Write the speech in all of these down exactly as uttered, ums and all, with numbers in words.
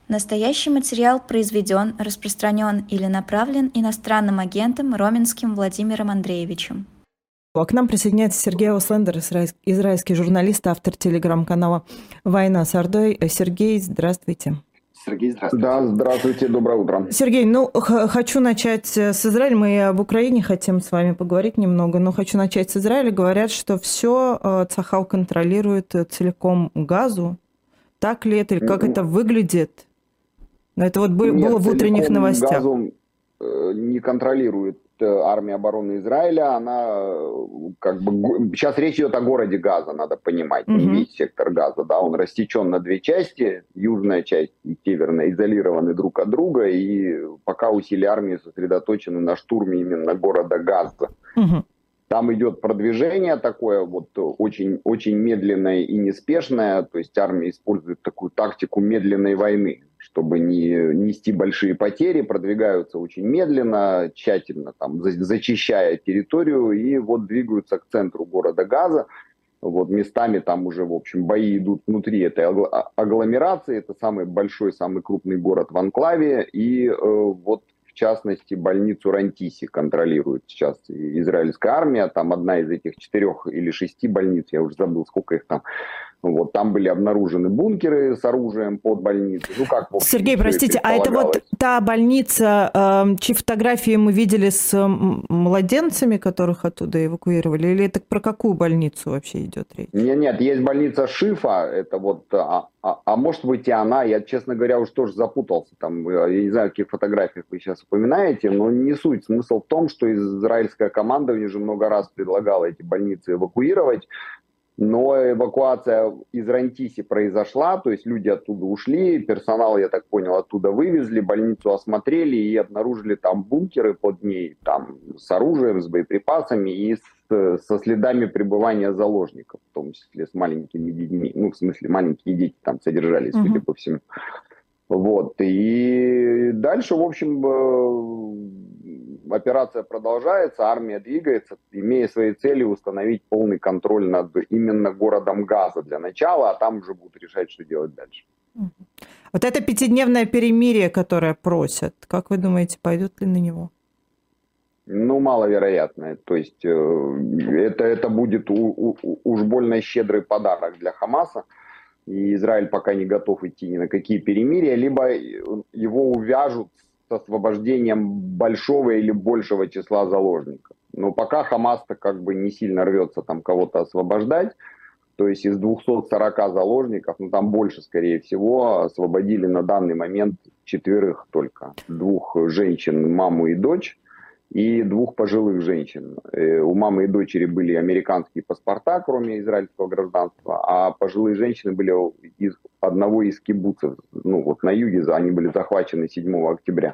Настоящий материал произведен, распространен или направлен иностранным агентом Роменским Владимиром Андреевичем. А к нам присоединяется Сергей Ослендер, израильский журналист, автор телеграм-канала «Война с Ордой». Сергей, здравствуйте. Сергей, здравствуйте. Да, здравствуйте, доброе утро. Сергей, ну, хочу начать с Израиля. Мы об Украине хотим с вами поговорить немного, но хочу начать с Израиля. Говорят, что все Цахал контролирует целиком Газу. Так ли это, или как это выглядит? Это вот было Нет, в утренних новостях. Газу не контролирует армия обороны Израиля. Она как бы... Сейчас речь идет о городе Газа, надо понимать, не uh-huh. весь сектор Газа. Да? Он рассечен на две части. Южная часть и северная изолированы друг от друга. И пока усилия армии сосредоточены на штурме именно города Газа. Uh-huh. Там идет продвижение такое вот очень, очень медленное и неспешное. То есть армия использует такую тактику медленной войны, чтобы не нести большие потери, продвигаются очень медленно, тщательно там, зачищая территорию, и вот двигаются к центру города Газа. Вот местами там уже, в общем, бои идут внутри этой агломерации. Это самый большой, самый крупный город в анклаве. И э, вот в частности больницу Рантиси контролирует сейчас израильская армия. Там одна из этих четырех или шести больниц, я уже забыл, сколько их там. Вот, там были обнаружены бункеры с оружием под больницей. Ну, как, в общем, Сергей, простите, а это вот та больница, э, чьи фотографии мы видели с младенцами, которых оттуда эвакуировали? Или это про какую больницу вообще идет речь? Нет, нет, есть больница Шифа, это вот, а, а, а может быть и она, я, честно говоря, уж тоже запутался. Там, я не знаю, о каких фотографиях вы сейчас упоминаете, но не суть. Смысл в том, что израильская командование уже много раз предлагала эти больницы эвакуировать. Но эвакуация из Рантиси произошла, то есть люди оттуда ушли, персонал, я так понял, оттуда вывезли, больницу осмотрели и обнаружили там бункеры под ней, там с оружием, с боеприпасами и с, со следами пребывания заложников, в том числе с маленькими детьми. Ну, в смысле, маленькие дети там содержались, судя uh-huh. по всему. Вот. И дальше, в общем, операция продолжается, армия двигается, имея своей целью установить полный контроль над именно городом Газа для начала, а там уже будут решать, что делать дальше. Вот это пятидневное перемирие, которое просят, как вы думаете, пойдут ли на него? Ну, маловероятно. То есть это, это будет у, у, уж больно щедрый подарок для Хамаса. И Израиль пока не готов идти ни на какие перемирия, либо его увяжут с освобождением большого или большего числа заложников. Но пока Хамас-то как бы не сильно рвется там кого-то освобождать. То есть из двухсот сорока заложников, ну там больше, скорее всего, освободили на данный момент четверых только. Двух женщин, маму и дочь, и двух пожилых женщин. У мамы и дочери были американские паспорта, кроме израильского гражданства, а пожилые женщины были из одного из кибуцев, ну вот на юге, они были захвачены седьмого октября.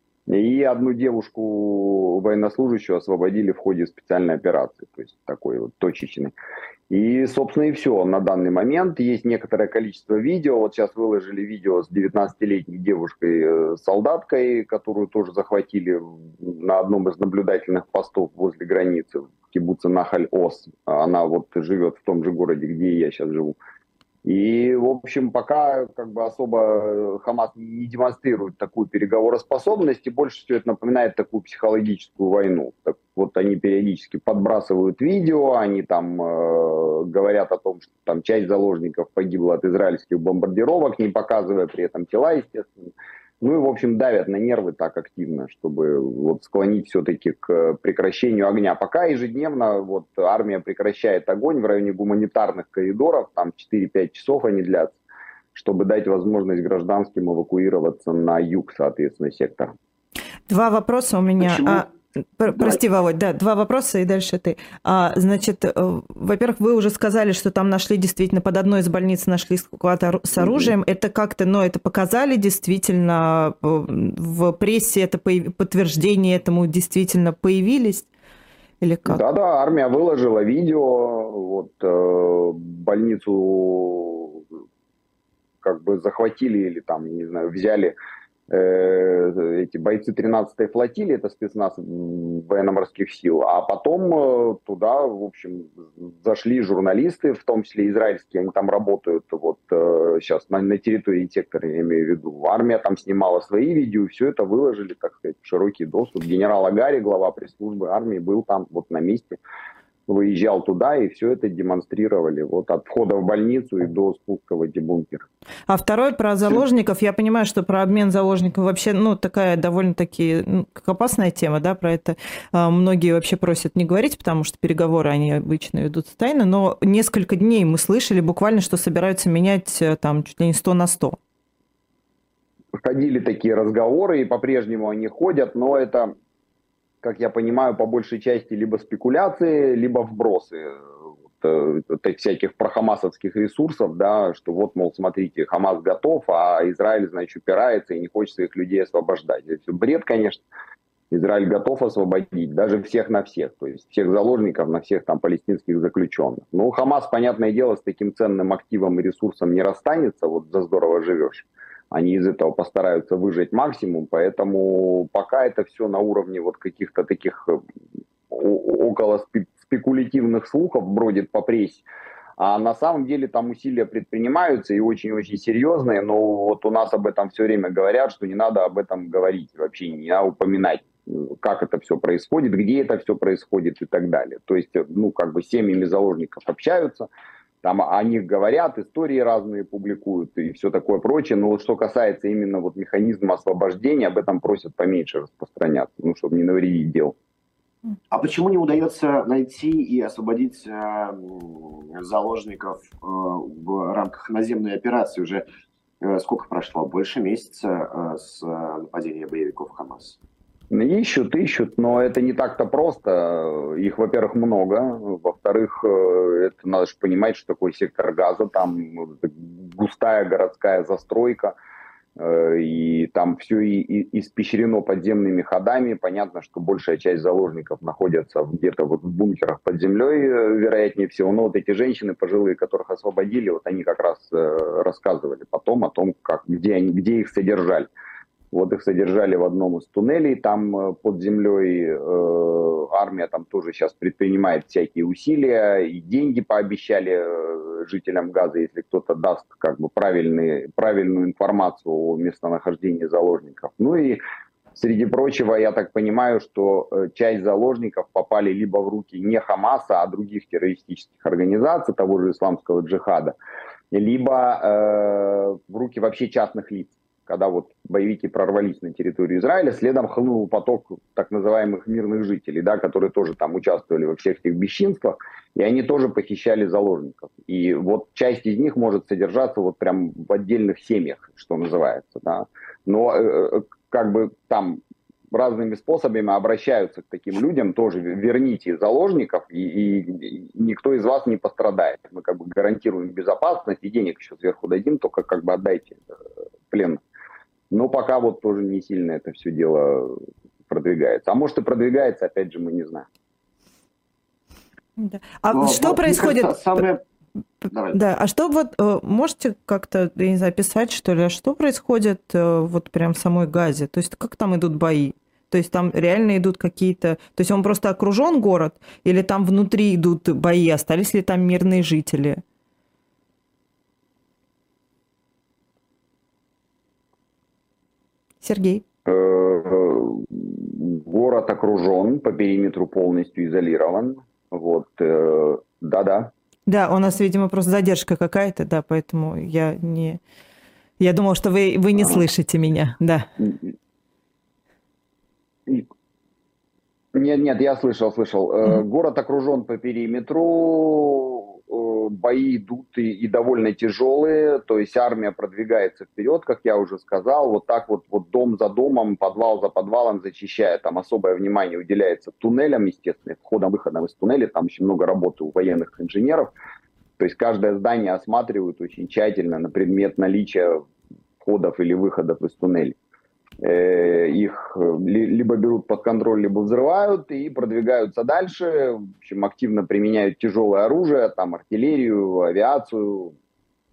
И одну девушку военнослужащую освободили в ходе специальной операции, то есть такой вот точечной. И, собственно, и все на данный момент. Есть некоторое количество видео. Вот сейчас выложили видео с девятнадцатилетней девушкой-солдаткой, которую тоже захватили на одном из наблюдательных постов возле границы в кибуце Нахаль-Оз. Она вот живет в том же городе, где я сейчас живу. И, в общем, пока как бы особо Хамас не демонстрирует такую переговороспособность, и больше всего это напоминает такую психологическую войну. Так вот они периодически подбрасывают видео, они там э, говорят о том, что там часть заложников погибла от израильских бомбардировок, не показывая при этом тела, естественно. Ну и, в общем, давят на нервы так активно, чтобы вот склонить все-таки к прекращению огня. Пока ежедневно вот армия прекращает огонь в районе гуманитарных коридоров, там четыре-пять часов они длятся, чтобы дать возможность гражданским эвакуироваться на юг, соответственно, сектора. Два вопроса у меня. Почему? А... Прости, Володь, да, два вопроса, и дальше ты. А, значит, во-первых, вы уже сказали, что там нашли действительно, под одной из больниц нашли склад с оружием. Mm-hmm. Это как-то, но это показали действительно, в прессе это подтверждение этому действительно появились? Или как? Да-да, армия выложила видео, вот э, больницу как бы захватили или там, не знаю, взяли э, эти бойцы тринадцатой флотилии, это спецназ военно-морских сил, а потом э, туда, в общем, зашли журналисты, в том числе израильские, они там работают вот э, сейчас на, на территории сектора, я имею в виду. Армия там снимала свои видео, и все это выложили, так сказать, в широкий доступ. Генерал Агари, глава пресс-службы армии, был там вот на месте, выезжал туда, и все это демонстрировали вот от входа в больницу и до спуска в эти бункеры. А второй про заложников. Я понимаю, что про обмен заложников вообще, ну, такая довольно-таки, ну, как опасная тема, да, про это а, многие вообще просят не говорить, потому что переговоры, они обычно ведутся тайно, но несколько дней мы слышали буквально, что собираются менять там чуть ли не сто на сто. Ходили такие разговоры, и по-прежнему они ходят, но это, как я понимаю, по большей части либо спекуляции, либо вбросы вот, э, всяких прохамасовских ресурсов, да, что вот, мол, смотрите, Хамас готов, а Израиль, значит, упирается и не хочет своих людей освобождать. Это все бред, конечно. Израиль готов освободить даже всех на всех, то есть всех заложников на всех там палестинских заключенных. Ну, Хамас, понятное дело, с таким ценным активом и ресурсом не расстанется, вот за здорово живешь. Они из этого постараются выжать максимум, поэтому пока это все на уровне вот каких-то таких около спекулятивных слухов бродит по прессе. А на самом деле там усилия предпринимаются и очень-очень серьезные, но вот у нас об этом все время говорят, что не надо об этом говорить, вообще не надо упоминать, как это все происходит, где это все происходит и так далее. То есть, ну, как бы с семьями заложников общаются, там о них говорят, истории разные публикуют и все такое прочее. Но вот что касается именно вот механизма освобождения, об этом просят поменьше распространяться, ну, чтобы не навредить делу. А почему не удается найти и освободить э, заложников э, в рамках наземной операции? Уже э, сколько прошло? Больше месяца э, с нападения боевиков Хамас. Ищут, ищут, но это не так-то просто. Их, во-первых, много. Во-вторых, это надо же понимать, что такое сектор Газа. Там густая городская застройка. И там все и, и испещрено подземными ходами. Понятно, что большая часть заложников находятся где-то вот в бункерах под землей, вероятнее всего. Но вот эти женщины пожилые, которых освободили, вот они как раз рассказывали потом о том, как, где, они, где их содержали. Вот их содержали в одном из туннелей, там под землей э, армия там тоже сейчас предпринимает всякие усилия, и деньги пообещали э, жителям Газа, если кто-то даст как бы правильный, правильную информацию о местонахождении заложников. Ну и среди прочего, я так понимаю, что э, часть заложников попали либо в руки не Хамаса, а других террористических организаций, того же исламского джихада, либо э, в руки вообще частных лиц. Когда вот боевики прорвались на территорию Израиля, следом хлынул поток так называемых мирных жителей, да, которые тоже там участвовали во всех этих бесчинствах, и они тоже похищали заложников. И вот часть из них может содержаться вот прям в отдельных семьях, что называется, да. Но э, как бы там разными способами обращаются к таким людям, тоже верните заложников, и, и никто из вас не пострадает. Мы как бы гарантируем безопасность, и денег еще сверху дадим, только как бы отдайте пленных. Но пока вот тоже не сильно это все дело продвигается. А может и продвигается, опять же, мы не знаем. Да. А но, что но, происходит? Кажется, самое... Да, а что вот, можете как-то, я не знаю, писать, что ли, а что происходит вот прям в самой Газе? То есть как там идут бои? То есть там реально идут какие-то... То есть он просто окружен город? Или там внутри идут бои? Остались ли там мирные жители? Сергей. Город окружен, по периметру полностью изолирован. Вот, да-да. Да, у нас, видимо, просто задержка какая-то, да, поэтому я не... Я думал, что вы, вы не слышите меня, да. Нет, нет, я слышал, слышал. Mm-hmm. Город окружен по периметру, бои идут и, и довольно тяжелые, то есть армия продвигается вперед, как я уже сказал, вот так вот, вот дом за домом, подвал за подвалом зачищая, там особое внимание уделяется туннелям, естественно, входом-выходом из туннеля, там очень много работы у военных инженеров, то есть каждое здание осматривают очень тщательно на предмет наличия входов или выходов из туннелей. Их либо берут под контроль, либо взрывают и продвигаются дальше. В общем, активно применяют тяжелое оружие, там артиллерию, авиацию.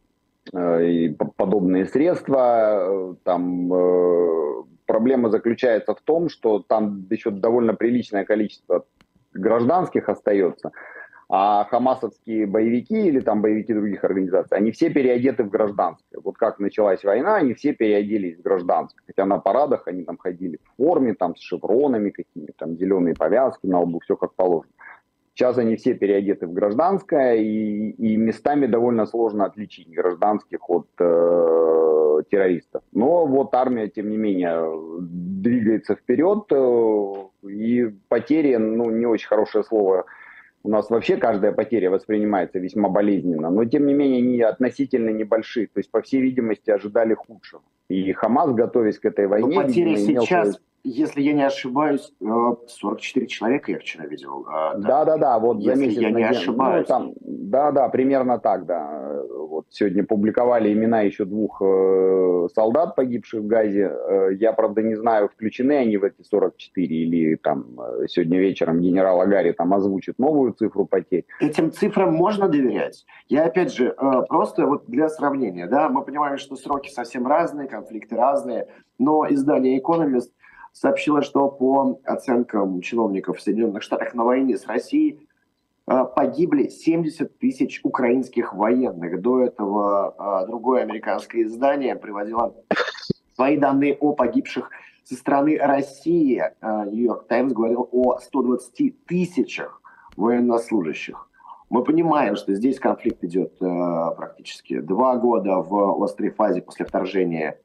и подобные средства. Там проблема заключается в том, что там еще довольно приличное количество гражданских остается, а хамасовские боевики или там боевики других организаций, они все переодеты в гражданское. Вот как началась война, они все переоделись в гражданское. Хотя на парадах они там ходили в форме, там с шевронами какими-то, там зеленые повязки на лбу, все как положено. Сейчас они все переодеты в гражданское, и, и местами довольно сложно отличить гражданских от э, террористов. Но вот армия, тем не менее, двигается вперед, э, и потери, ну, не очень хорошее слово. У нас вообще каждая потеря воспринимается весьма болезненно, но тем не менее они относительно небольшие. То есть, по всей видимости, ожидали худшего. И Хамас, готовясь к этой войне... Но потери видимо, сейчас, имел... если я не ошибаюсь, сорок четыре человека я вчера видел. Да-да-да, вот за если месяц... я не на... ошибаюсь. Ну, да-да, примерно так, да. Вот сегодня публиковали имена еще двух э, солдат, погибших в Газе. Э, я, правда, не знаю, включены они в эти сорок четыре или там сегодня вечером генерал Агари там озвучит новую цифру потерь. Этим цифрам можно доверять? Я, опять же, э, просто вот для сравнения, да, мы понимаем, что сроки совсем разные, конфликты разные, но издание Economist сообщила, что по оценкам чиновников в Соединенных Штатах на войне с Россией погибли семьдесят тысяч украинских военных. До этого другое американское издание приводило свои данные о погибших со стороны России. Нью-Йорк Таймс говорил о ста двадцати тысячах военнослужащих. Мы понимаем, что здесь конфликт идет практически два года в острой фазе после вторжения.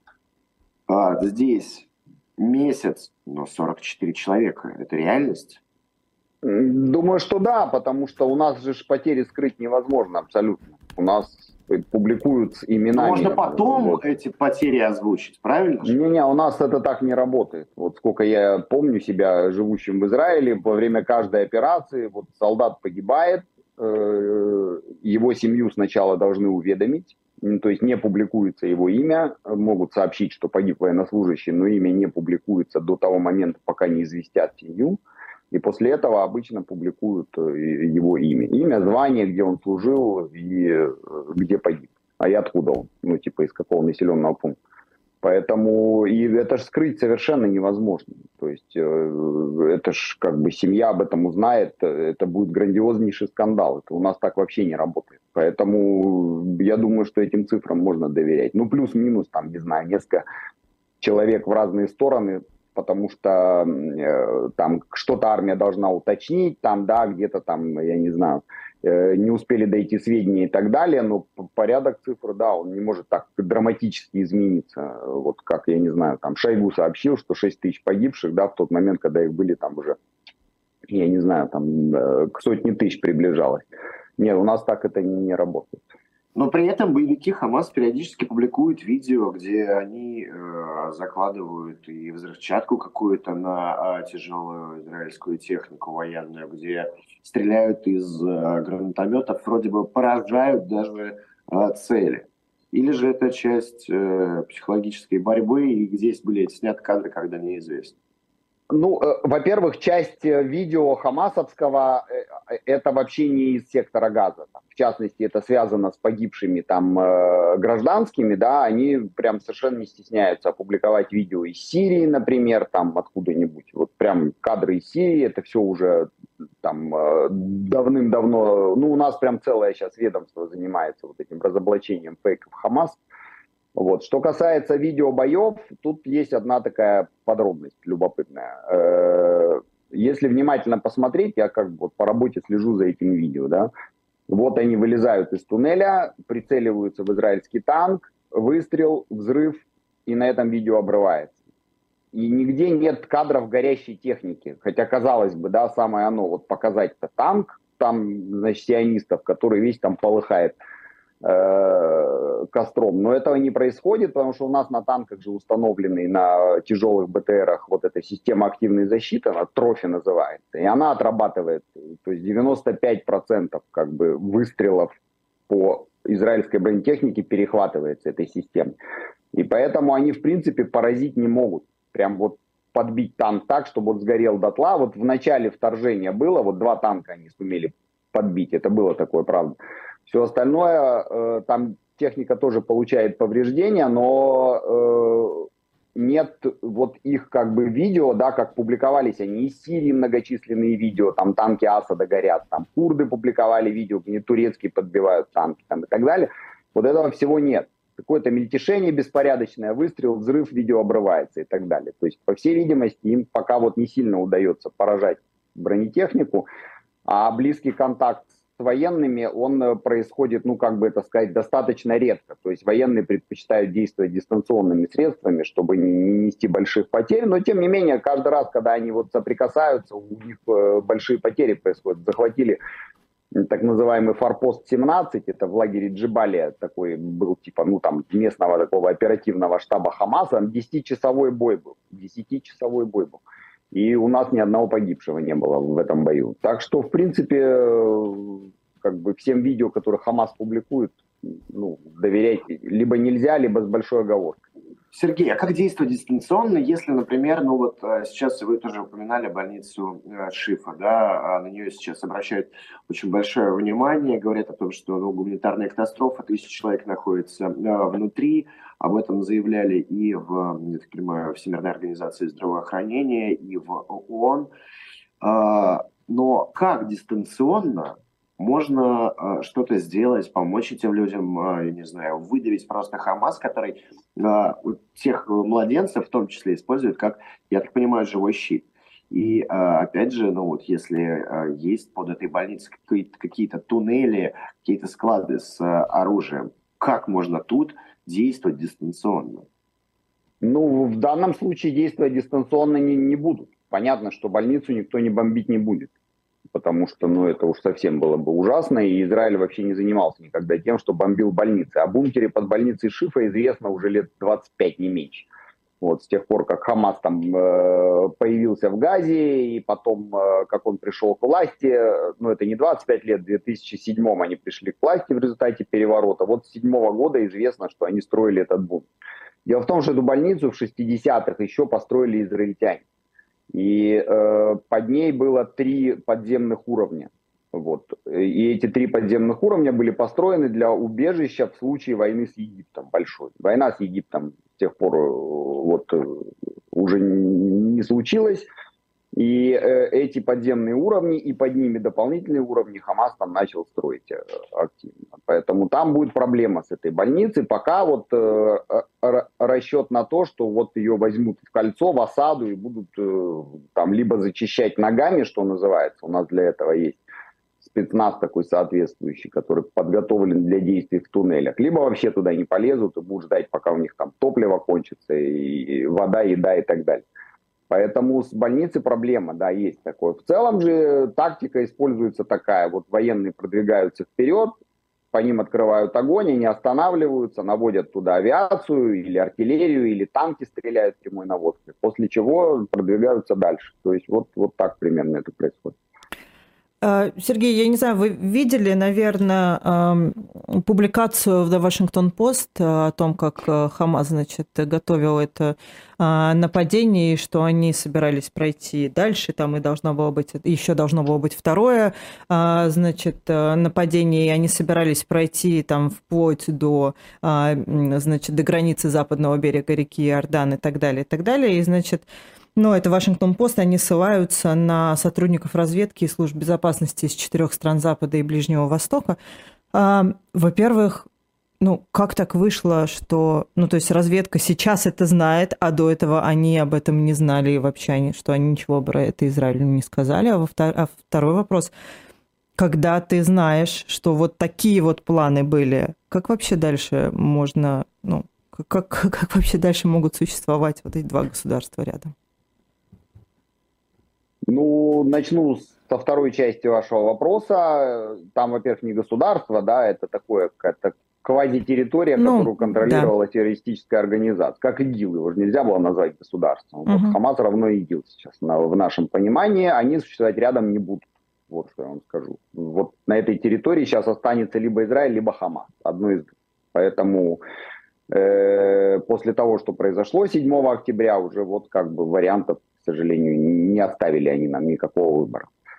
Здесь месяц, но сорок четыре человека. Это реальность? Думаю, что да, потому что у нас же потери скрыть невозможно абсолютно. У нас публикуют с именами. Но можно потом вот. Эти потери озвучить, правильно? Не-не, у нас это так не работает. Вот сколько я помню себя живущим в Израиле, во время каждой операции вот солдат погибает, э, его семью сначала должны уведомить, то есть не публикуется его имя, могут сообщить, что погиб военнослужащий, но имя не публикуется до того момента, пока не известят семью. И после этого обычно публикуют его имя. Имя, звание, где он служил и где погиб. А и откуда он. Ну, типа, из какого населенного пункта. Поэтому и это же скрыть совершенно невозможно. То есть это ж как бы семья об этом узнает, это будет грандиознейший скандал. Это у нас так вообще не работает. Поэтому я думаю, что этим цифрам можно доверять. Ну, плюс-минус, там, не знаю, несколько человек в разные стороны, потому что э, там что-то армия должна уточнить, там, да, где-то там, я не знаю, э, не успели дойти сведения и так далее, но порядок цифр, да, он не может так драматически измениться. Вот как, я не знаю, там Шойгу сообщил, что шесть тысяч погибших, да, в тот момент, когда их были там уже, я не знаю, там э, к сотне тысяч приближалось. Нет, у нас так это не, не работает. Но при этом боевики Хамас периодически публикуют видео, где они э, закладывают и взрывчатку какую-то на э, тяжелую израильскую технику военную, где стреляют из э, гранатометов, вроде бы поражают даже э, цели. Или же это часть э, психологической борьбы, и где были сняты кадры, когда неизвестно. Ну, э, во-первых, часть видео хамасовского э, это вообще не из сектора Газа. В частности, это связано с погибшими там э, гражданскими, да, они прям совершенно не стесняются опубликовать видео из Сирии, например, там откуда-нибудь. Вот прям кадры из Сирии, это все уже там э, давным-давно, ну, у нас прям целое сейчас ведомство занимается вот этим разоблачением фейков Хамас. Вот. Что касается видеобоев, тут есть одна такая подробность любопытная. Если внимательно посмотреть, я как бы вот по работе слежу за этим видео, да, вот они вылезают из туннеля, прицеливаются в израильский танк, выстрел, взрыв, и на этом видео обрывается. И нигде нет кадров горящей техники, хотя казалось бы, да, самое оно, вот показать-то танк, там, значит, сионистов, который весь там полыхает костром. Но этого не происходит, потому что у нас на танках же установлены на тяжелых БТРах вот эта система активной защиты, она трофи называется, и она отрабатывает, то есть девяносто пять процентов как бы выстрелов по израильской бронетехнике перехватывается этой системой. И поэтому они в принципе поразить не могут. Прям вот подбить танк так, чтобы он сгорел дотла. Вот в начале вторжения было, вот два танка они сумели подбить, это было такое, правда. Все остальное, э, там техника тоже получает повреждения, но э, нет вот их как бы видео, да, как публиковались они из Сирии многочисленные видео, там танки Асада горят, там курды публиковали видео, где турецкие подбивают танки там, и так далее. Вот этого всего нет. Какое-то мельтешение беспорядочное, выстрел, взрыв, видео обрывается и так далее. То есть, по всей видимости, им пока вот не сильно удается поражать бронетехнику, а близкий контакт с военными, он происходит, ну, как бы это сказать, достаточно редко. То есть военные предпочитают действовать дистанционными средствами, чтобы не нести больших потерь, но тем не менее, каждый раз, когда они вот соприкасаются, у них большие потери происходят. Захватили так называемый форпост семнадцать, это в лагере Джебалия, такой был типа, ну там, местного такого оперативного штаба Хамаса, там десятичасовой бой был, десятичасовой бой был. И у нас ни одного погибшего не было в этом бою. Так что, в принципе, как бы всем видео, которые Хамас публикует, ну, доверять либо нельзя, либо с большой оговоркой. Сергей, а как действовать дистанционно, если, например, ну вот сейчас вы тоже упоминали больницу Шифа, да, на нее сейчас обращают очень большое внимание, говорят о том, что ну, гуманитарная катастрофа, тысячи человек находятся внутри, об этом заявляли и в, я так понимаю, Всемирной организации здравоохранения, и в ООН. Но как дистанционно можно э, что-то сделать, помочь этим людям, э, я не знаю, выдавить просто Хамас, который э, тех младенцев в том числе использует как, я так понимаю, живой щит. И э, опять же, ну вот если э, есть под этой больницей какие-то туннели, какие-то склады с э, оружием, как можно тут действовать дистанционно? Ну, в данном случае действовать дистанционно не, не будут. Понятно, что больницу никто не бомбить не будет. Потому что, ну, это уж совсем было бы ужасно, и Израиль вообще не занимался никогда тем, что бомбил больницы. О бункере под больницей Шифа известно уже лет двадцать пять, не меньше. Вот, с тех пор, как Хамас там э, появился в Газе, и потом, э, как он пришел к власти, ну, это не двадцать пять лет, в две тысячи седьмом они пришли к власти в результате переворота. Вот с седьмого года известно, что они строили этот бункер. Дело в том, что эту больницу в шестидесятых еще построили израильтяне. И э, под ней было три подземных уровня. Вот. И эти три подземных уровня были построены для убежища в случае войны с Египтом большой. Война с Египтом с тех пор вот, уже не случилась. И э, эти подземные уровни и под ними дополнительные уровни Хамас там начал строить э, активно. Поэтому там будет проблема с этой больницей. Пока вот э, расчет на то, что вот ее возьмут в кольцо, в осаду и будут э, там либо зачищать ногами, что называется. У нас для этого есть спецназ такой соответствующий, который подготовлен для действий в туннелях. Либо вообще туда не полезут и будут ждать, пока у них там топливо кончится, и вода, еда и так далее. Поэтому с больницей проблема, да, есть такое. В целом же тактика используется такая. Вот военные продвигаются вперед, по ним открывают огонь, они останавливаются, наводят туда авиацию или артиллерию, или танки стреляют прямой наводкой, после чего продвигаются дальше. То есть вот, вот так примерно это происходит. Сергей, я не знаю, вы видели, наверное, публикацию в The Washington Post о том, как Хамас, значит, готовил это нападение, и что они собирались пройти дальше, там и должно было быть, еще должно было быть второе, значит, нападение, и они собирались пройти там вплоть до, значит, до границы западного берега реки Иордан и так далее, и так далее, и, значит, ну, это Вашингтон-Пост, они ссылаются на сотрудников разведки и служб безопасности из четырех стран Запада и Ближнего Востока. Во-первых, ну, как так вышло, что, ну, то есть разведка сейчас это знает, а до этого они об этом не знали, и вообще они, что они ничего про это Израилю не сказали. А, во втор... а второй вопрос, когда ты знаешь, что вот такие вот планы были, как вообще дальше можно, ну, как, как вообще дальше могут существовать вот эти два государства рядом? Ну, начну со второй части вашего вопроса. Там, во-первых, не государство, да, это такое, какая-то квазитерритория, ну, которую контролировала да. террористическая организация. Как ИГИЛ, его же нельзя было назвать государством. Uh-huh. Вот Хамас равно ИГИЛ сейчас, на, в нашем понимании. Они существовать рядом не будут. Вот что я вам скажу. Вот на этой территории сейчас останется либо Израиль, либо Хамас. Одно из двух. Поэтому э, после того, что произошло седьмого октября, уже вот как бы вариантов, к сожалению, не оставили они нам никакого выбора.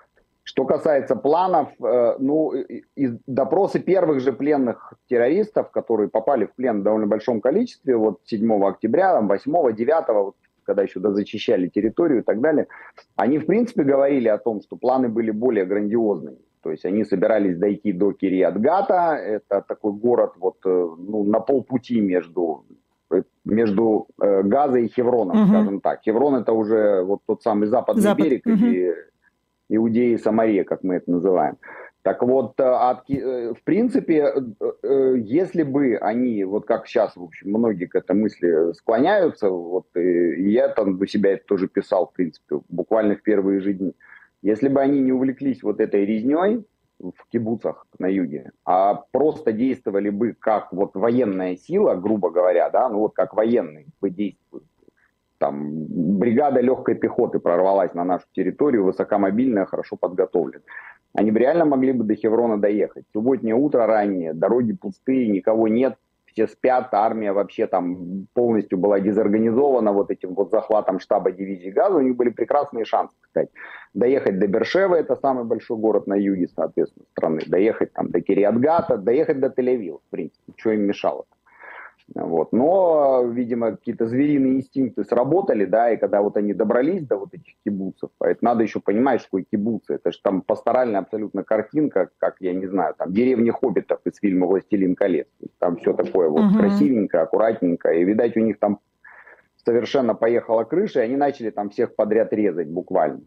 Что касается планов, ну, из допроса первых же пленных террористов, которые попали в плен в довольно большом количестве, вот седьмого октября, восьмого, девятого, вот, когда еще зачищали территорию и так далее, они, в принципе, говорили о том, что планы были более грандиозными. То есть они собирались дойти до Кириат-Гата, это такой город вот, ну, на полпути между, между Газой и Хевроном, угу. скажем так. Хеврон это уже вот тот самый западный Запад. берег, угу. и Иудея и Самария, как мы это называем. Так вот, от, в принципе, если бы они, вот как сейчас, в общем, многие к этой мысли склоняются, вот, и я там у себя это тоже писал, в принципе, буквально в первые же дни, если бы они не увлеклись вот этой резней в кибуцах на юге, а просто действовали бы как вот военная сила, грубо говоря, да, ну вот как военные бы действуют. Там бригада легкой пехоты прорвалась на нашу территорию, высокомобильная, хорошо подготовленная. Они бы реально могли бы до Хеврона доехать. Субботнее утро раннее, дороги пустые, никого нет, все спят, армия вообще там полностью была дезорганизована вот этим вот захватом штаба дивизии Газа. У них были прекрасные шансы, кстати, доехать до Бершевы, это самый большой город на юге, соответственно, страны, доехать там до Кириат-Гата, доехать до Тель-Авива, в принципе, что им мешало. Вот. Но, видимо, какие-то звериные инстинкты сработали, да, и когда вот они добрались до вот этих кибуцев, а это надо еще понимать, что такое кибуцы, это же там пасторальная абсолютно картинка, как, я не знаю, там деревни хоббитов из фильма «Властелин колец», там все такое вот uh-huh. красивенько, аккуратненько, и, видать, у них там совершенно поехала крыша, и они начали там всех подряд резать буквально.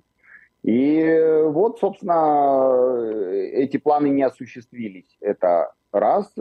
И вот, собственно, эти планы не осуществились, это раз.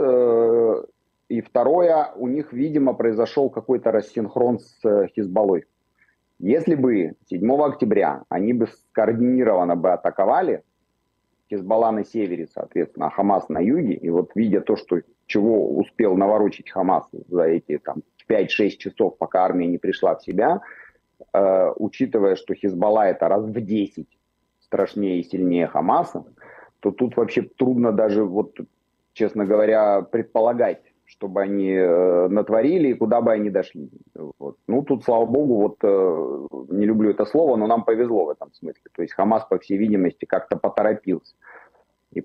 И второе, у них, видимо, произошел какой-то рассинхрон с Хизбаллой. Если бы седьмого октября они бы скоординированно бы атаковали, Хизбалла на севере, соответственно, а Хамас на юге, и вот видя то, что, чего успел наворочить Хамас за эти там, пять-шесть часов, пока армия не пришла в себя, э, учитывая, что Хизбалла это раз в десять страшнее и сильнее Хамаса, то тут вообще трудно даже, вот, честно говоря, предполагать, чтобы они э, натворили и куда бы они дошли. Вот. Ну, тут, слава богу, вот э, не люблю это слово, но нам повезло в этом смысле. То есть Хамас, по всей видимости, как-то поторопился. И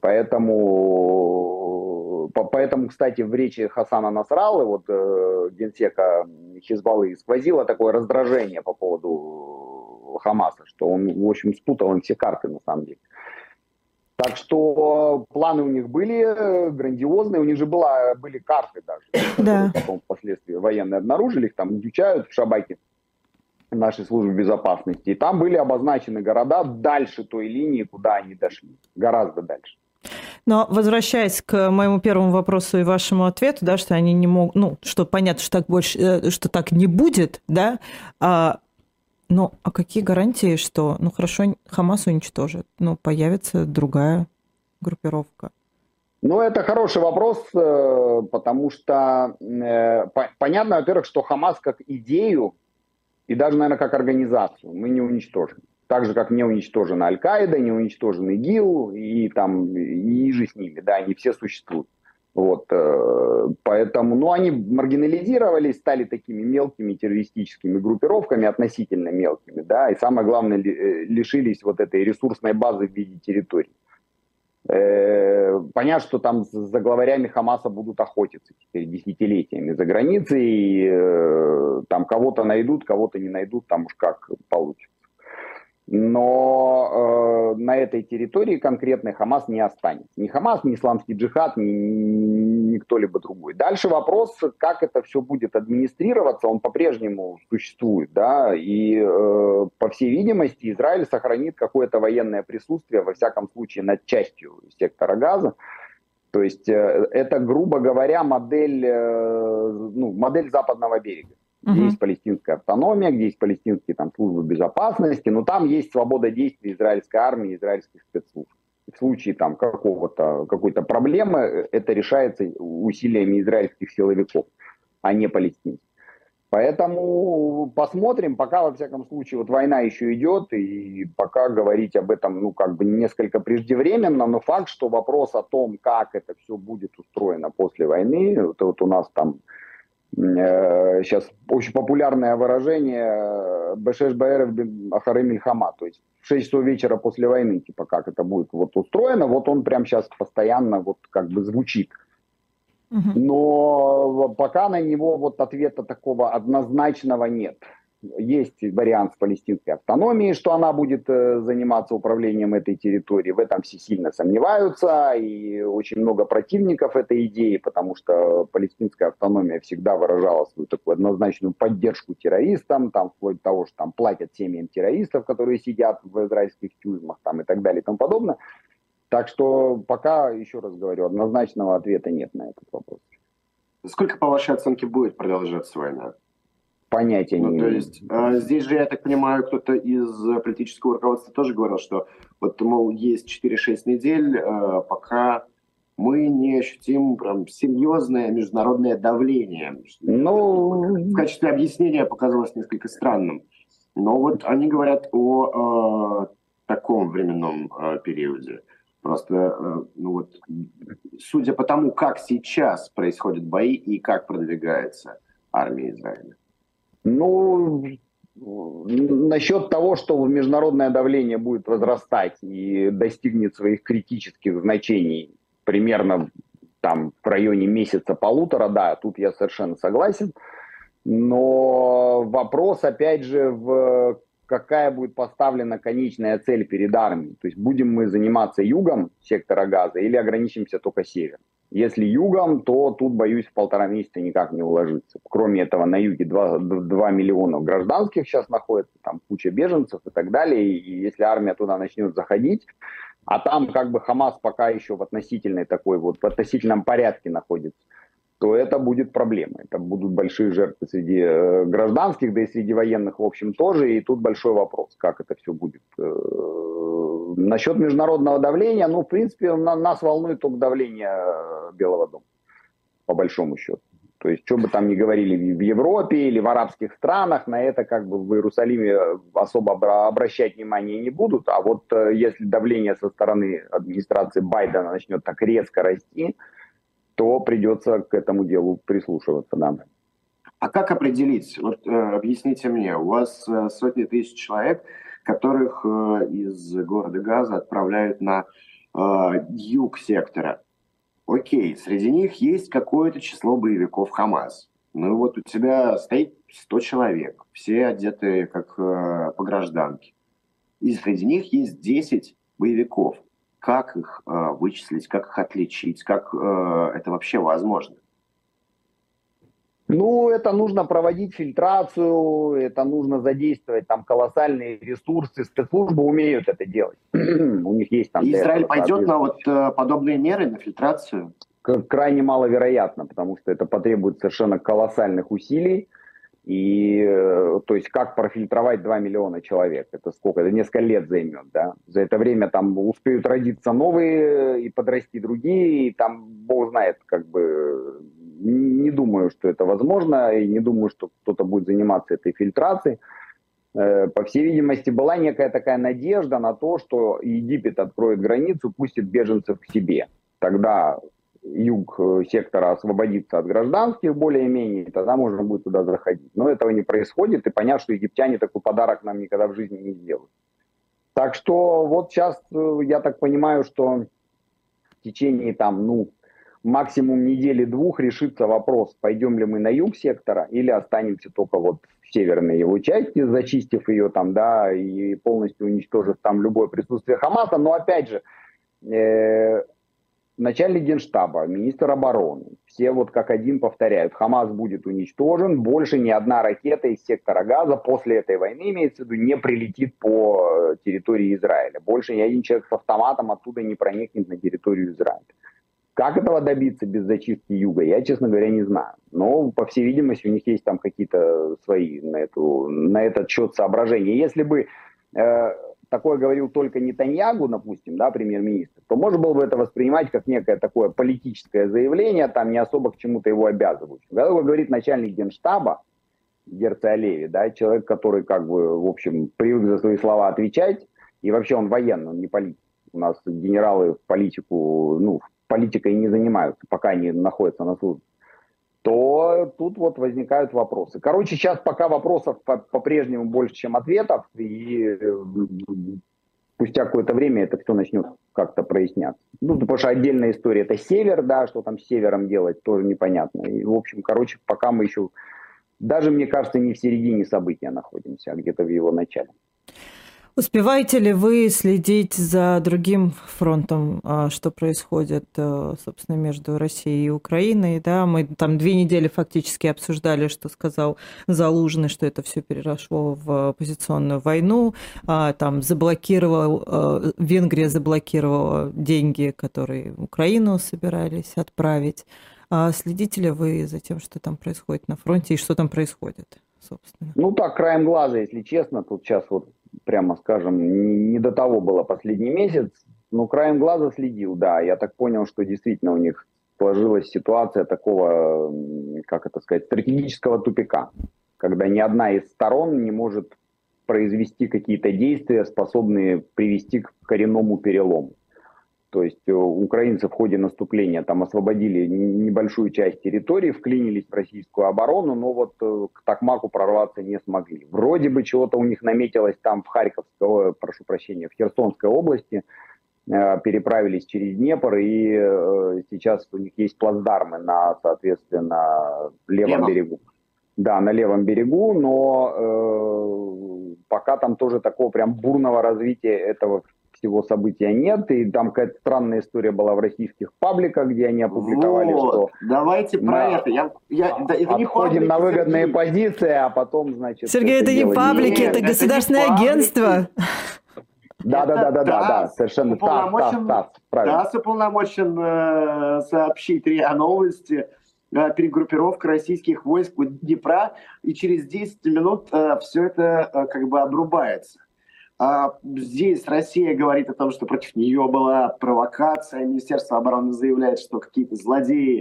поэтому, по, поэтому, кстати, в речи Хасана Насраллы, вот, э, генсека Хизбаллы, сквозило такое раздражение по поводу Хамаса, что он, в общем, спутал им все карты, на самом деле. Так что планы у них были грандиозные, у них же была, были карты даже, да. которые потом впоследствии военные обнаружили, их там изучают в Шабаке нашей службы безопасности. И там были обозначены города дальше той линии, куда они дошли, гораздо дальше. Но возвращаясь к моему первому вопросу и вашему ответу, да, что они не могут, ну, что понятно, что так больше, что так не будет, да, а Ну, а какие гарантии, что, ну, хорошо, Хамас уничтожит, но появится другая группировка? Ну, это хороший вопрос, потому что понятно, во-первых, что Хамас как идею и даже, наверное, как организацию мы не уничтожим. Так же, как не уничтожена Аль-Каида, не уничтожен ИГИЛ и там, и же с ними, да, они все существуют. Вот, поэтому, ну, они маргинализировались, стали такими мелкими террористическими группировками, относительно мелкими, да, и самое главное, лишились вот этой ресурсной базы в виде территорий. Понятно, что там за главарями Хамаса будут охотиться теперь десятилетиями за границей, и там кого-то найдут, кого-то не найдут, там уж как получится. Но э, на этой территории конкретной Хамас не останется. Ни Хамас, ни исламский джихад, ни, ни, ни кто-либо другой. Дальше вопрос, как это все будет администрироваться, он по-прежнему существует. Да? И, э, по всей видимости, Израиль сохранит какое-то военное присутствие, во всяком случае, над частью сектора Газа. То есть э, это, грубо говоря, модель, э, ну, модель западного берега. Где uh-huh. есть палестинская автономия, где есть палестинские там, службы безопасности, но там есть свобода действий израильской армии, израильских спецслужб. В случае там, какого-то, какой-то проблемы это решается усилиями израильских силовиков, а не палестинцев. Поэтому посмотрим, пока, во всяком случае, вот война еще идет, и пока говорить об этом, ну, как бы несколько преждевременно, но факт, что вопрос о том, как это все будет устроено после войны, вот, вот у нас там сейчас очень популярное выражение «Бешеш баэрев ахары мильхама», то есть в шесть часов вечера после войны, типа как это будет вот устроено, вот он прямо сейчас постоянно вот как бы звучит. Но пока на него вот ответа такого однозначного нет. Есть вариант с палестинской автономией, что она будет заниматься управлением этой территорией. В этом все сильно сомневаются, и очень много противников этой идеи, потому что палестинская автономия всегда выражала свою такую однозначную поддержку террористам, там, вплоть до того, что там платят семьям террористов, которые сидят в израильских тюрьмах, там, и так далее и тому подобное. Так что пока, еще раз говорю, однозначного ответа нет на этот вопрос. Сколько, по вашей оценке, будет продолжаться война? Понятия ну, не то имею. есть э, здесь же, я так понимаю, кто-то из политического руководства тоже говорил, что вот, мол, есть четыре-шесть недель, э, пока мы не ощутим прям серьезное международное давление. Ну... В качестве объяснения показалось несколько странным. Но вот они говорят о э, таком временном э, периоде. Просто, э, ну вот, судя по тому, как сейчас происходят бои и как продвигается армия Израиля. Ну, насчет того, что международное давление будет возрастать и достигнет своих критических значений примерно там в районе месяца-полутора, да, тут я совершенно согласен. Но вопрос, опять же, в какая будет поставлена конечная цель перед армией. То есть будем мы заниматься югом сектора Газа или ограничимся только севером. Если югом, то тут, боюсь, в полтора месяца никак не уложится. Кроме этого, на юге два миллиона гражданских сейчас находится, там куча беженцев и так далее. И если армия туда начнет заходить, а там как бы Хамас пока еще в относительной такой вот, в относительном порядке находится, то это будет проблема. Это будут большие жертвы среди э, гражданских, да и среди военных, в общем, тоже. И тут большой вопрос, как это все будет. Э, насчет международного давления, ну, в принципе, на, нас волнует только давление Белого дома, по большому счету. То есть, что бы там ни говорили в Европе или в арабских странах, на это как бы в Иерусалиме особо обращать внимание не будут. А вот э, если давление со стороны администрации Байдена начнет так резко расти, то придется к этому делу прислушиваться, да. А как определить? Вот э, объясните мне, у вас э, сотни тысяч человек, которых э, из города Газа отправляют на э, юг сектора. Окей, среди них есть какое-то число боевиков Хамас. Ну вот у тебя стоит сто человек, все одеты как э, по гражданке. И среди них есть десять боевиков. Как их э, вычислить, как их отличить, как э, это вообще возможно? Ну, это нужно проводить фильтрацию, это нужно задействовать там колоссальные ресурсы. Спецслужбы умеют это делать. У них есть там... Израиль пойдет на вот э, подобные меры, на фильтрацию? Крайне маловероятно, потому что это потребует совершенно колоссальных усилий. И, то есть, как профильтровать два миллиона человек? Это сколько? Это несколько лет займет, да? За это время там успеют родиться новые и подрасти другие, и там, бог знает, как бы, не думаю, что это возможно, и не думаю, что кто-то будет заниматься этой фильтрацией. По всей видимости, была некая такая надежда на то, что Египет откроет границу, пустит беженцев к себе. Тогда юг сектора освободится от гражданских более-менее, и тогда можно будет туда заходить. Но этого не происходит, и понятно, что египтяне такой подарок нам никогда в жизни не сделают. Так что вот сейчас, я так понимаю, что в течение там, ну, максимум недели-двух решится вопрос, пойдем ли мы на юг сектора или останемся только вот в северной его части, зачистив ее там, да, и полностью уничтожив там любое присутствие Хамаса. Но опять же, э- начальник генштаба, министр обороны, все вот как один повторяют, Хамас будет уничтожен, больше ни одна ракета из сектора Газа после этой войны, имеется в виду, не прилетит по территории Израиля. Больше ни один человек с автоматом оттуда не проникнет на территорию Израиля. Как этого добиться без зачистки юга, я, честно говоря, не знаю. Но, по всей видимости, у них есть там какие-то свои на, эту, на этот счет соображения. Если бы... Э, такое говорил только Нетаньягу, допустим, да, премьер-министр, то можно было бы это воспринимать как некое такое политическое заявление, там не особо к чему-то его обязывающее. Когда говорит начальник генштаба, Герци Алеви, да, человек, который как бы, в общем, привык за свои слова отвечать, и вообще он военный, он не политик. У нас генералы в политику, ну, политикой не занимаются, пока не находятся на службе. то тут вот возникают вопросы. Короче, сейчас пока вопросов по-прежнему больше, чем ответов, и спустя какое-то время это все начнет как-то проясняться. Ну, потому что отдельная история — это север, да, что там с севером делать, тоже непонятно. И, в общем, короче, пока мы еще, даже, мне кажется, не в середине события находимся, а где-то в его начале. Успеваете ли вы следить за другим фронтом, что происходит, собственно, между Россией и Украиной? Да, мы там две недели фактически обсуждали, что сказал Залужный, что это все переросло в оппозиционную войну. Там заблокировал, Венгрия заблокировала деньги, которые Украину собирались отправить. Следите ли вы за тем, что там происходит на фронте и что там происходит, собственно? Ну так, краем глаза, если честно, тут сейчас вот, прямо скажем, не, не до того было последний месяц, но краем глаза следил, да. Я так понял, что действительно у них сложилась ситуация такого, как это сказать, стратегического тупика, когда ни одна из сторон не может произвести какие-то действия, способные привести к коренному перелому. То есть украинцы в ходе наступления там освободили небольшую часть территории, вклинились в российскую оборону, но вот к Токмаку прорваться не смогли. Вроде бы чего-то у них наметилось там в Харьковской, прошу прощения, в Херсонской области, переправились через Днепр, и сейчас у них есть плацдармы на, соответственно, левом Лево. берегу. Да, на левом берегу, но э, пока там тоже такого прям бурного развития этого всего события нет, и там какая-то странная история была в российских пабликах, где они опубликовали, вот, что давайте про это. Я, я, да, это не отходим паблики, на выгодные Сергей. позиции, а потом, значит... Сергей, это, это не паблики, нет, это государственное это агентство. Да, да, да, да, да, да, совершенно уполномочен, ТАСС, ТАСС, правильно. ТАСС уполномочен э, сообщить РИА Новости, э, перегруппировка российских войск у Днепра, и через десять минут э, все это э, как бы обрубается. А здесь Россия говорит о том, что против нее была провокация. Министерство обороны заявляет, что какие-то злодеи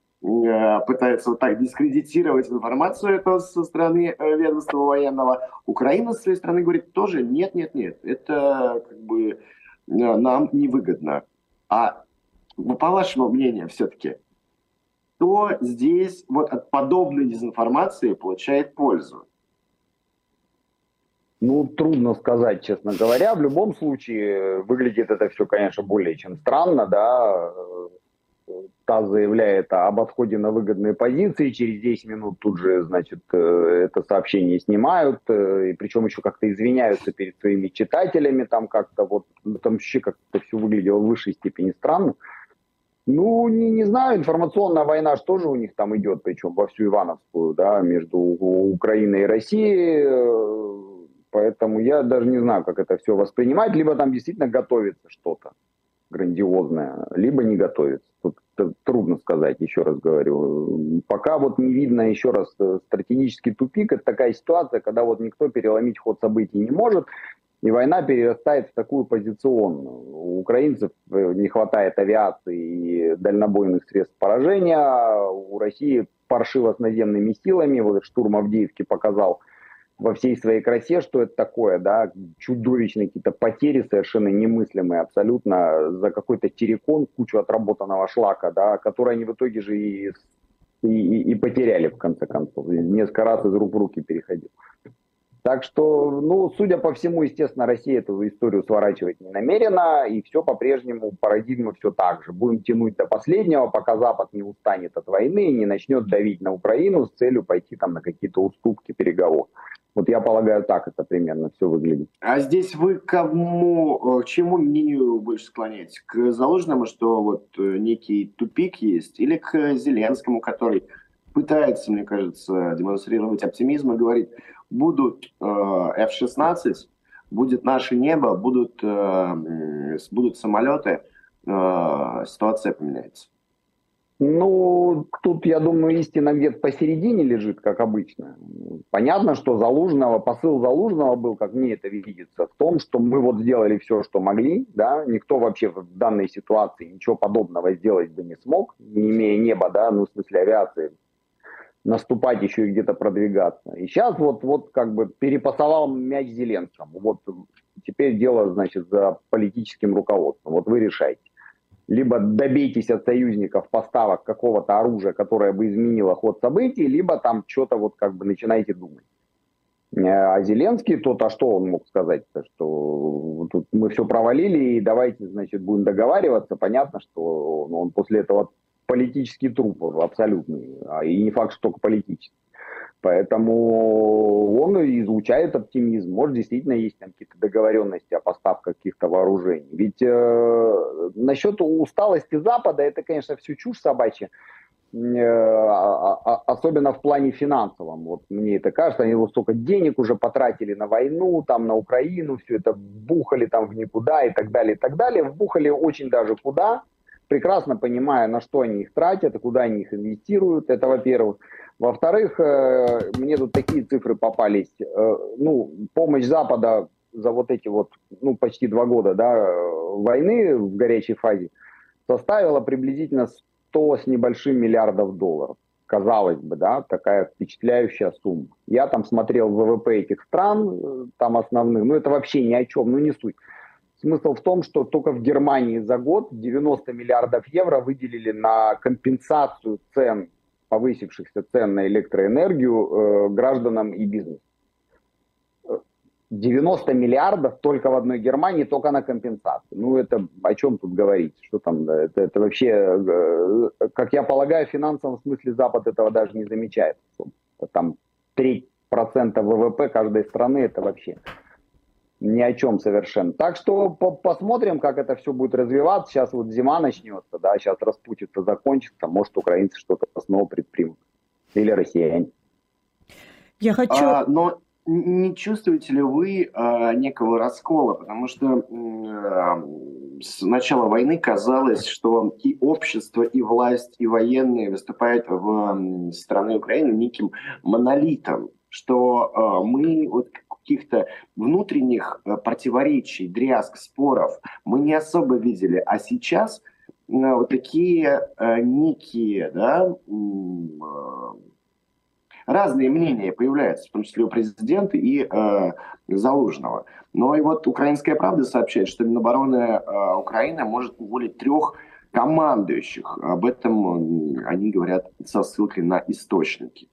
э, пытаются вот так дискредитировать информацию эту со стороны э, ведомства военного. Украина с своей стороны говорит тоже нет, нет, нет. Это как бы э, нам невыгодно. А по вашему мнению все-таки, кто здесь вот от подобной дезинформации получает пользу? Ну, трудно сказать, честно говоря. В любом случае, выглядит это все, конечно, более чем странно, да. ТАСС заявляет об отходе на выгодные позиции, через десять минут тут же, значит, это сообщение снимают, и причем еще как-то извиняются перед своими читателями, там как-то вот, там вообще как-то все выглядело в высшей степени странно. Ну, не, не знаю, информационная война же тоже у них там идет, причем во всю Ивановскую, да, между Украиной и Россией. Поэтому я даже не знаю, как это все воспринимать. Либо там действительно готовится что-то грандиозное, либо не готовится. Тут трудно сказать, еще раз говорю. Пока вот не видно, еще раз, стратегический тупик. Это такая ситуация, когда вот никто переломить ход событий не может, и война перерастает в такую позиционную. У украинцев не хватает авиации и дальнобойных средств поражения. У России паршиво с наземными силами. Вот штурм Авдеевки показал во всей своей красе, что это такое, да, чудовищные какие-то потери, совершенно немыслимые абсолютно, за какой-то террикон, кучу отработанного шлака, да, который они в итоге же и, и, и потеряли, в конце концов. Несколько раз из рук в руки переходил. Так что, ну, судя по всему, естественно, Россия эту историю сворачивать не намерена, и все по-прежнему, парадигма все так же. Будем тянуть до последнего, пока Запад не устанет от войны и не начнет давить на Украину с целью пойти там на какие-то уступки, переговоры. Вот я полагаю, так это примерно все выглядит. А здесь вы к кому, к чему мнению больше склоняетесь? К Залужному, что вот некий тупик есть, или к Зеленскому, который пытается, мне кажется, демонстрировать оптимизм и говорит, будут э, эф шестнадцать, будет наше небо, будут, э, будут самолеты, э, ситуация поменяется? Ну, тут, я думаю, истина где-то посередине лежит, как обычно. Понятно, что Залужного, посыл Залужного был, как мне это видится, в том, что мы вот сделали все, что могли, да, никто вообще в данной ситуации ничего подобного сделать бы не смог, не имея неба, да, ну, в смысле авиации, наступать еще и где-то продвигаться. И сейчас вот, вот как бы перепасовал мяч Зеленскому. Вот теперь дело, значит, за политическим руководством. Вот вы решайте. либо добейтесь от союзников поставок какого-то оружия, которое бы изменило ход событий, либо там что-то вот как бы начинаете думать. А Зеленский, тот, а что он мог сказать-то, что тут мы все провалили и давайте, значит, будем договариваться. Понятно, что он после этого политический труп абсолютный, и не факт, что только политический. Поэтому он излучает оптимизм. Может, действительно есть там какие-то договоренности о поставках каких-то вооружений. Ведь э, насчет усталости Запада, это, конечно, всю чушь собачья. Особенно в плане финансовом. Вот мне это кажется, они вот столько денег уже потратили на войну, там на Украину, все это бухали там в никуда и так далее, и так далее. Вбухали очень даже куда, прекрасно понимая, на что они их тратят и куда они их инвестируют. Это, во-первых. Во-вторых, мне тут такие цифры попались. Ну, помощь Запада за вот эти вот, ну, почти два года, да, войны в горячей фазе составила приблизительно сто с небольшим миллиардов долларов. Казалось бы, да, такая впечатляющая сумма. Я там смотрел ВВП этих стран, там основных, ну это вообще ни о чем, ну не суть. Смысл в том, что только в Германии за год девяносто миллиардов евро выделили на компенсацию цен, повысившихся цен на электроэнергию э, гражданам и бизнесу. девяносто миллиардов только в одной Германии, только на компенсацию. Ну, это о чем тут говорить? Что там? Это, это вообще, как я полагаю, в финансовом смысле Запад этого даже не замечает. Там три процента ВВП каждой страны, это вообще ни о чем совершенно. Так что по посмотрим, как это все будет развиваться. Сейчас вот зима начнется, да, сейчас распутится, закончится. Может, украинцы что-то снова предпримут. Или россияне. Я хочу... А, но... Не чувствуете ли вы э, некого раскола? Потому что э, с начала войны казалось, что и общество, и власть, и военные выступают в э, стороне Украины неким монолитом, что э, мы от каких-то внутренних э, противоречий, дрязг, споров мы не особо видели. А сейчас э, вот такие э, некие, да, э, разные мнения появляются, в том числе у президента и э, Залужного. Но и вот «Украинская правда» сообщает, что Минобороны э, Украины может уволить трех командующих. Об этом они говорят со ссылкой на источники.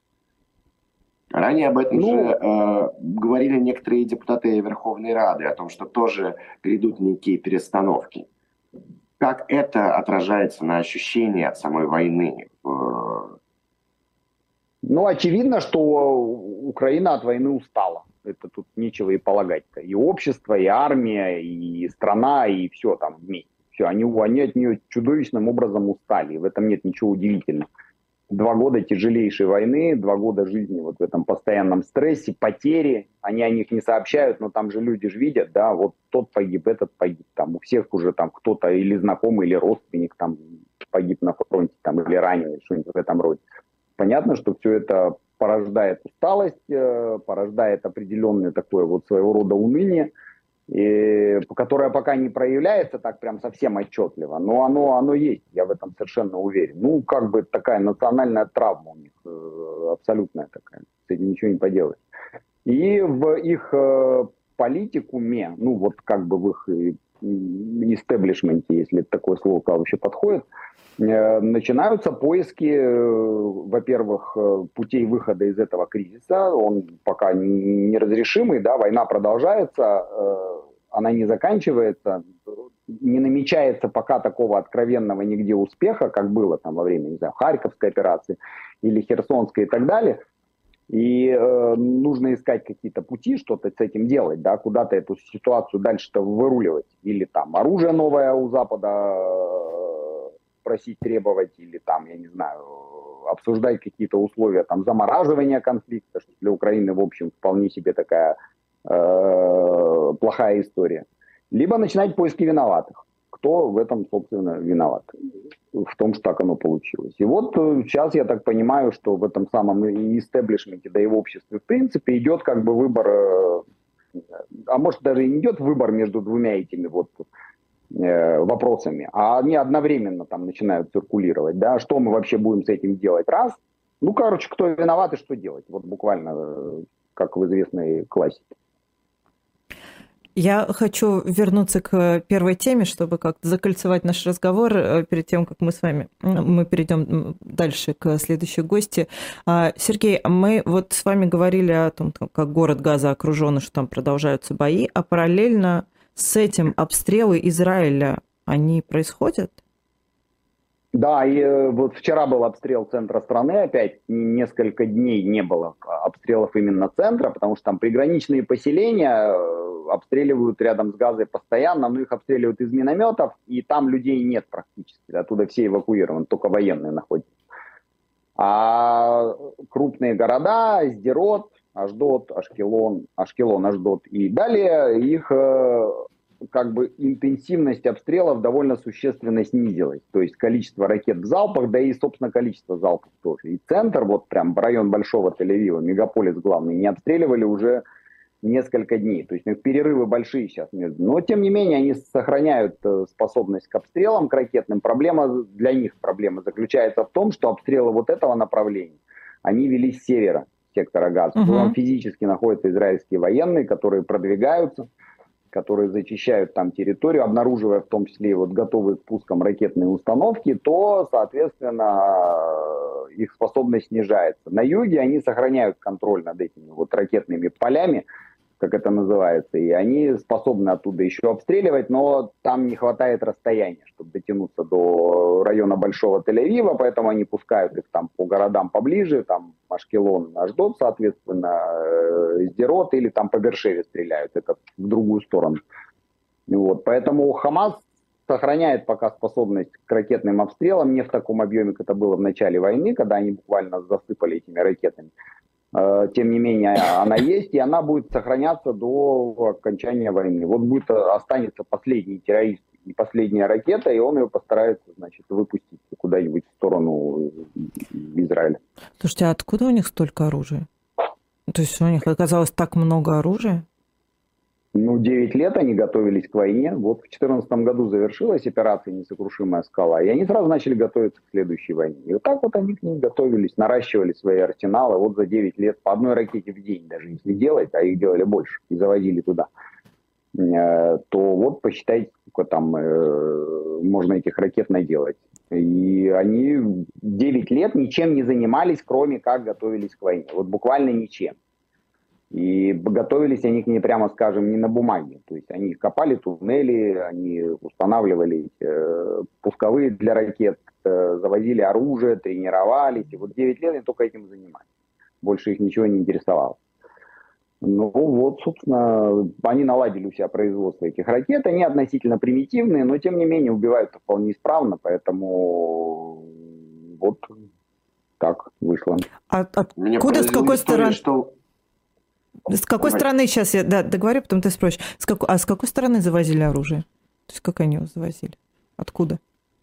Ранее об этом ну, же э, говорили некоторые депутаты Верховной Рады, о том, что тоже грядут некие перестановки. Как это отражается на ощущении от самой войны? Э, Ну, очевидно, что Украина от войны устала. Это тут нечего и полагать-то. И общество, и армия, и страна, и все там вместе. Все, они, они от нее чудовищным образом устали. И в этом нет ничего удивительного. Два года тяжелейшей войны, два года жизни вот в этом постоянном стрессе, потери. Они о них не сообщают, но там же люди же видят, да, вот тот погиб, этот погиб. Там у всех уже там кто-то или знакомый, или родственник там погиб на фронте, там, или раненый, что-нибудь в этом роде. Понятно, что все это порождает усталость, порождает определенное такое вот своего рода уныние, и, которое пока не проявляется так прям совсем отчетливо, но оно, оно есть, я в этом совершенно уверен. Ну, как бы такая национальная травма у них, абсолютная такая, с этим ничего не поделаешь. И в их политикуме, ну вот как бы в их истеблишменте, если такое слово вообще подходит, начинаются поиски, во-первых, путей выхода из этого кризиса. Он пока неразрешимый, да, война продолжается, она не заканчивается, не намечается пока такого откровенного нигде успеха, как было там во время, не знаю, Харьковской операции или Херсонской и так далее. И э, нужно искать какие-то пути, что-то с этим делать, да, куда-то эту ситуацию дальше-то выруливать. Или там оружие новое у Запада просить, требовать, или там, я не знаю, обсуждать какие-то условия там замораживания конфликта, что для Украины, в общем, вполне себе такая э, плохая история. Либо начинать поиски виноватых. Кто в этом, собственно, виноват? В том, что так оно получилось. И вот сейчас я так понимаю, что в этом самом истеблишменте, да и в обществе, в принципе, идет как бы выбор, а может даже и не идет выбор между двумя этими вот вопросами, а они одновременно там начинают циркулировать, да, что мы вообще будем с этим делать, раз, ну, короче, кто виноват и что делать, вот буквально, как в известной классике. Я хочу вернуться к первой теме, чтобы как-то закольцевать наш разговор перед тем, как мы с вами мы перейдем дальше к следующей гости. Сергей, мы вот с вами говорили о том, как город Газа окружен, что там продолжаются бои, а параллельно с этим обстрелы Израиля, они происходят? Да, и вот вчера был обстрел центра страны, опять несколько дней не было обстрелов именно центра, потому что там приграничные поселения обстреливают рядом с Газой постоянно, но их обстреливают из минометов, и там людей нет практически, оттуда все эвакуированы, только военные находятся. А крупные города, Сдерот, Ашдод, Ашкелон, Ашкелон, Ашдод и далее, их как бы интенсивность обстрелов довольно существенно снизилась. То есть количество ракет в залпах, да и, собственно, количество залпов тоже. И центр, вот прям район Большого Тель-Авива, мегаполис главный, не обстреливали уже несколько дней. То есть у них перерывы большие сейчас между. Но, тем не менее, они сохраняют способность к обстрелам, к ракетным. Проблема для них, проблема заключается в том, что обстрелы вот этого направления, они велись с севера сектора Газа. Uh-huh. Там физически находятся израильские военные, которые продвигаются, которые зачищают там территорию, обнаруживая в том числе вот готовые к пускам ракетные установки, то, соответственно, их способность снижается. На юге они сохраняют контроль над этими вот ракетными полями, как это называется, и они способны оттуда еще обстреливать, но там не хватает расстояния, чтобы дотянуться до района Большого Тель-Авива, поэтому они пускают их там по городам поближе, там Ашкелон, Ашдод, соответственно, Сдерот, или там по Бершеве стреляют, это в другую сторону. Вот, поэтому Хамас сохраняет пока способность к ракетным обстрелам, не в таком объеме, как это было в начале войны, когда они буквально засыпали этими ракетами. Тем не менее, она есть, и она будет сохраняться до окончания войны. Вот будет, останется последний террорист и последняя ракета, и он ее постарается, значит, выпустить куда-нибудь в сторону Израиля. Слушайте, а откуда у них столько оружия? То есть у них оказалось так много оружия? Ну, девять лет они готовились к войне. Вот в две тысячи четырнадцатом году завершилась операция «Несокрушимая скала», и они сразу начали готовиться к следующей войне. И вот так вот они к ней готовились, наращивали свои арсеналы. Вот за девять лет по одной ракете в день, даже если делать, а их делали больше, и заводили туда, то вот посчитайте, сколько там можно этих ракет наделать. И они девять лет ничем не занимались, кроме как готовились к войне. Вот буквально ничем. И готовились они к ней, прямо скажем, не на бумаге. То есть они копали туннели, они устанавливали э, пусковые для ракет, э, завозили оружие, тренировались. И вот девять лет они только этим занимались. Больше их ничего не интересовало. Ну вот, собственно, они наладили у себя производство этих ракет. Они относительно примитивные, но тем не менее убиваются вполне исправно. Поэтому вот так вышло. А откуда, с какой стороны... Что... С какой Давай. стороны, сейчас я да, договорю, потом ты спросишь, с какой, а с какой стороны завозили оружие? То есть как они его завозили? Откуда?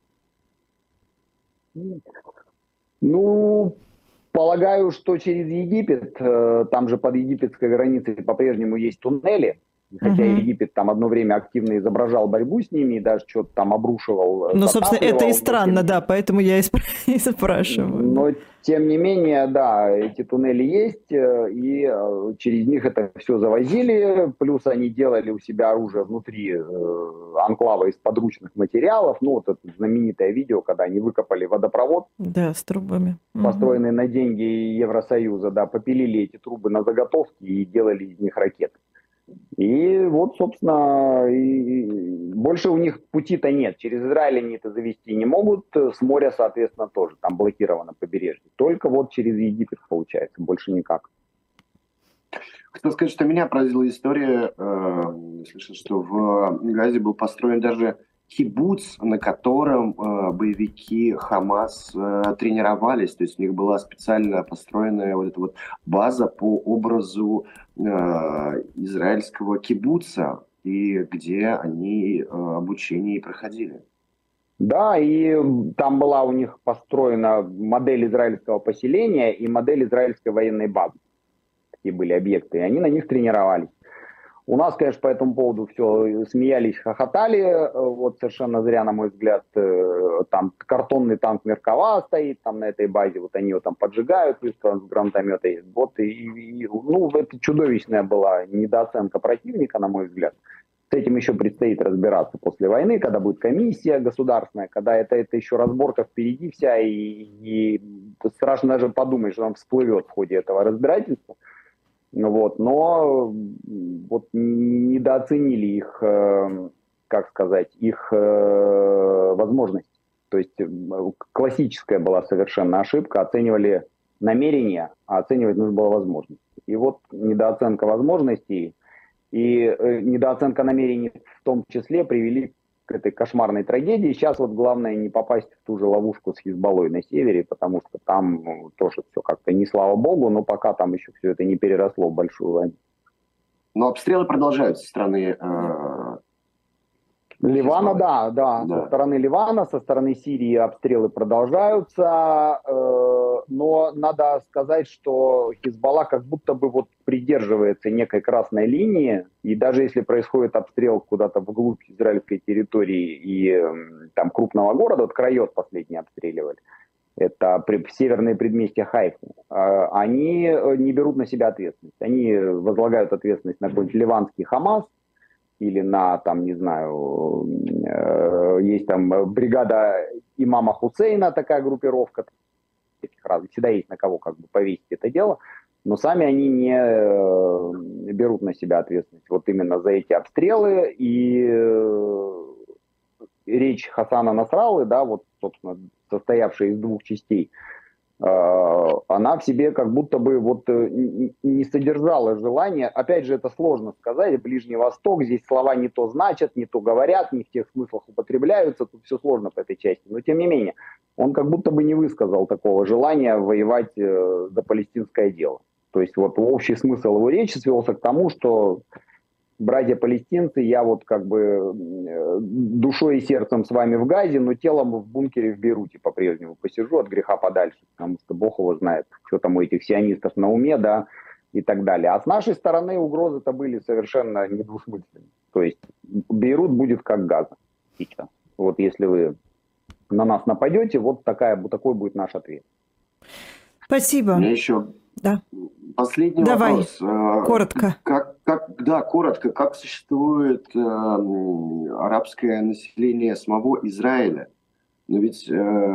Ну, полагаю, что через Египет, там же под египетской границей по-прежнему есть туннели, хотя uh-huh. Египет там одно время активно изображал борьбу с ними и даже что-то там обрушивал. Ну, собственно, это и странно, да, поэтому я и спрашиваю. Но, тем не менее, да, эти туннели есть, и через них это все завозили, плюс они делали у себя оружие внутри анклава из подручных материалов, ну, вот это знаменитое видео, когда они выкопали водопровод. Да, с трубами. Построенный uh-huh. на деньги Евросоюза, да, попилили эти трубы на заготовки и делали из них ракеты. И вот, собственно, и больше у них пути-то нет. Через Израиль они это завести не могут, с моря, соответственно, тоже. Там блокировано побережье. Только вот через Египет получается, больше никак. Хотел сказать, что меня поразила история, э, слышал, что в Газе был построен даже кибуц, на котором э, боевики Хамас э, тренировались. То есть у них была специально построенная вот эта вот база по образу э, израильского кибуца, и где они э, обучение проходили. Да, и там была у них построена модель израильского поселения и модель израильской военной базы. Такие были объекты, и они на них тренировались. У нас, конечно, по этому поводу все смеялись, хохотали, вот совершенно зря, на мой взгляд, там картонный танк Меркава стоит, там на этой базе, вот они его там поджигают с гранатомета, вот, и, и, ну, это чудовищная была недооценка противника, на мой взгляд. С этим еще предстоит разбираться после войны, когда будет комиссия государственная, когда это, это еще разборка впереди вся, и, и страшно даже подумать, что там всплывет в ходе этого разбирательства. Вот, но вот недооценили их, как сказать, их возможность. То есть классическая была совершенно ошибка, оценивали намерения, а оценивать нужно было возможность. И вот недооценка возможностей и недооценка намерений в том числе привели к этой кошмарной трагедии. Сейчас вот главное не попасть в ту же ловушку с Хизбаллой на севере, потому что там ну, тоже все как-то не слава богу, но пока там еще все это не переросло в большую войну. Но обстрелы продолжаются со стороны э... Ливана, да, да, да, со стороны Ливана, со стороны Сирии обстрелы продолжаются, э, но надо сказать, что Хизбалла как будто бы вот придерживается некой красной линии, и даже если происходит обстрел куда-то вглубь израильской территории и э, там крупного города, вот Крайот последний обстреливали, это в северные предместья Хайфы, э, они не берут на себя ответственность, они возлагают ответственность на какой-нибудь ливанский Хамас, или на, там, не знаю, э, есть там бригада имама Хусейна, такая группировка, всегда есть на кого как бы повесить это дело, но сами они не э, берут на себя ответственность вот именно за эти обстрелы, и э, речь Хасана Насраллы, да, вот, собственно, состоявшая из двух частей, она в себе как будто бы вот не содержала желания, опять же это сложно сказать, Ближний Восток, здесь слова не то значат, не то говорят, не в тех смыслах употребляются, тут все сложно по этой части, но тем не менее, он как будто бы не высказал такого желания воевать за палестинское дело. То есть вот общий смысл его речи свелся к тому, что братья-палестинцы, я вот как бы душой и сердцем с вами в Газе, но телом в бункере в Бейруте по-прежнему посижу от греха подальше, потому что Бог его знает, что там у этих сионистов на уме, да, и так далее. А с нашей стороны угрозы-то были совершенно недвусмысленные. То есть Бейрут будет как Газа сейчас. Вот если вы на нас нападете, вот такая, такой будет наш ответ. Спасибо. У меня еще да. последний Давай. вопрос. Коротко. Как, как, да, коротко. Как существует э, арабское население самого Израиля? Но ведь э,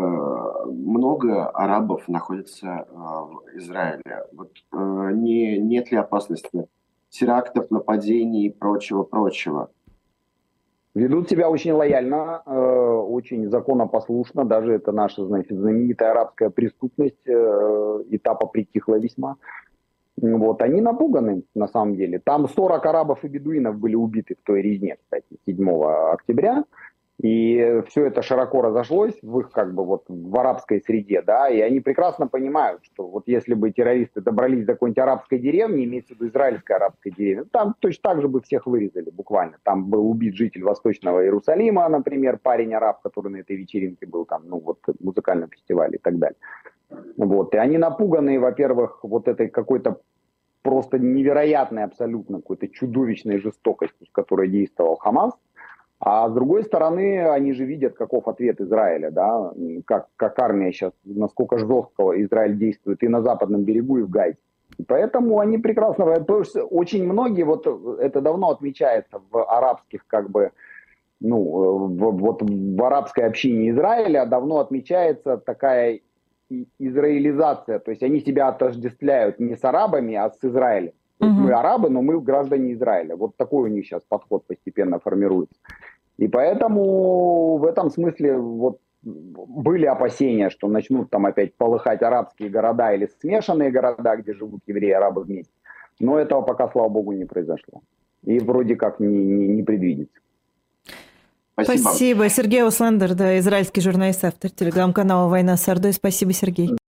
много арабов находится э, в Израиле. Вот, э, не, нет ли опасности терактов, нападений и прочего-прочего? Ведут себя очень лояльно, э, очень законопослушно, даже это наша, значит, знаменитая арабская преступность э, этапа притихла весьма. Вот, они напуганы, на самом деле. Там сорок арабов и бедуинов были убиты в той резне, кстати, седьмого октября. И все это широко разошлось в их, как бы, вот, в арабской среде, да, и они прекрасно понимают, что вот если бы террористы добрались до какой-нибудь арабской деревни, имеется в виду израильской арабской деревни, там точно так же бы всех вырезали буквально. Там был убит житель Восточного Иерусалима, например, парень араб, который на этой вечеринке был, там, ну, вот, в музыкальном фестивале и так далее. Вот, и они напуганы, во-первых, вот этой какой-то просто невероятной абсолютно какой-то чудовищной жестокостью, с которой действовал Хамас. А с другой стороны, они же видят, каков ответ Израиля, да, как, как армия сейчас, насколько жестко Израиль действует и на западном берегу, и в Газе. И поэтому они прекрасно, потому что очень многие, вот это давно отмечается в арабских, как бы, ну, в, вот в арабской общине Израиля давно отмечается такая израилизация, то есть они себя отождествляют не с арабами, а с Израилем. То есть мы арабы, но мы граждане Израиля. Вот такой у них сейчас подход постепенно формируется. И поэтому в этом смысле вот были опасения, что начнут там опять полыхать арабские города или смешанные города, где живут евреи и арабы вместе. Но этого пока, слава богу, не произошло. И вроде как не, не, не предвидится. Спасибо. Спасибо. Сергей Услендер, да, израильский журналист, автор телеграм-канала «Война с Ордой». Спасибо, Сергей.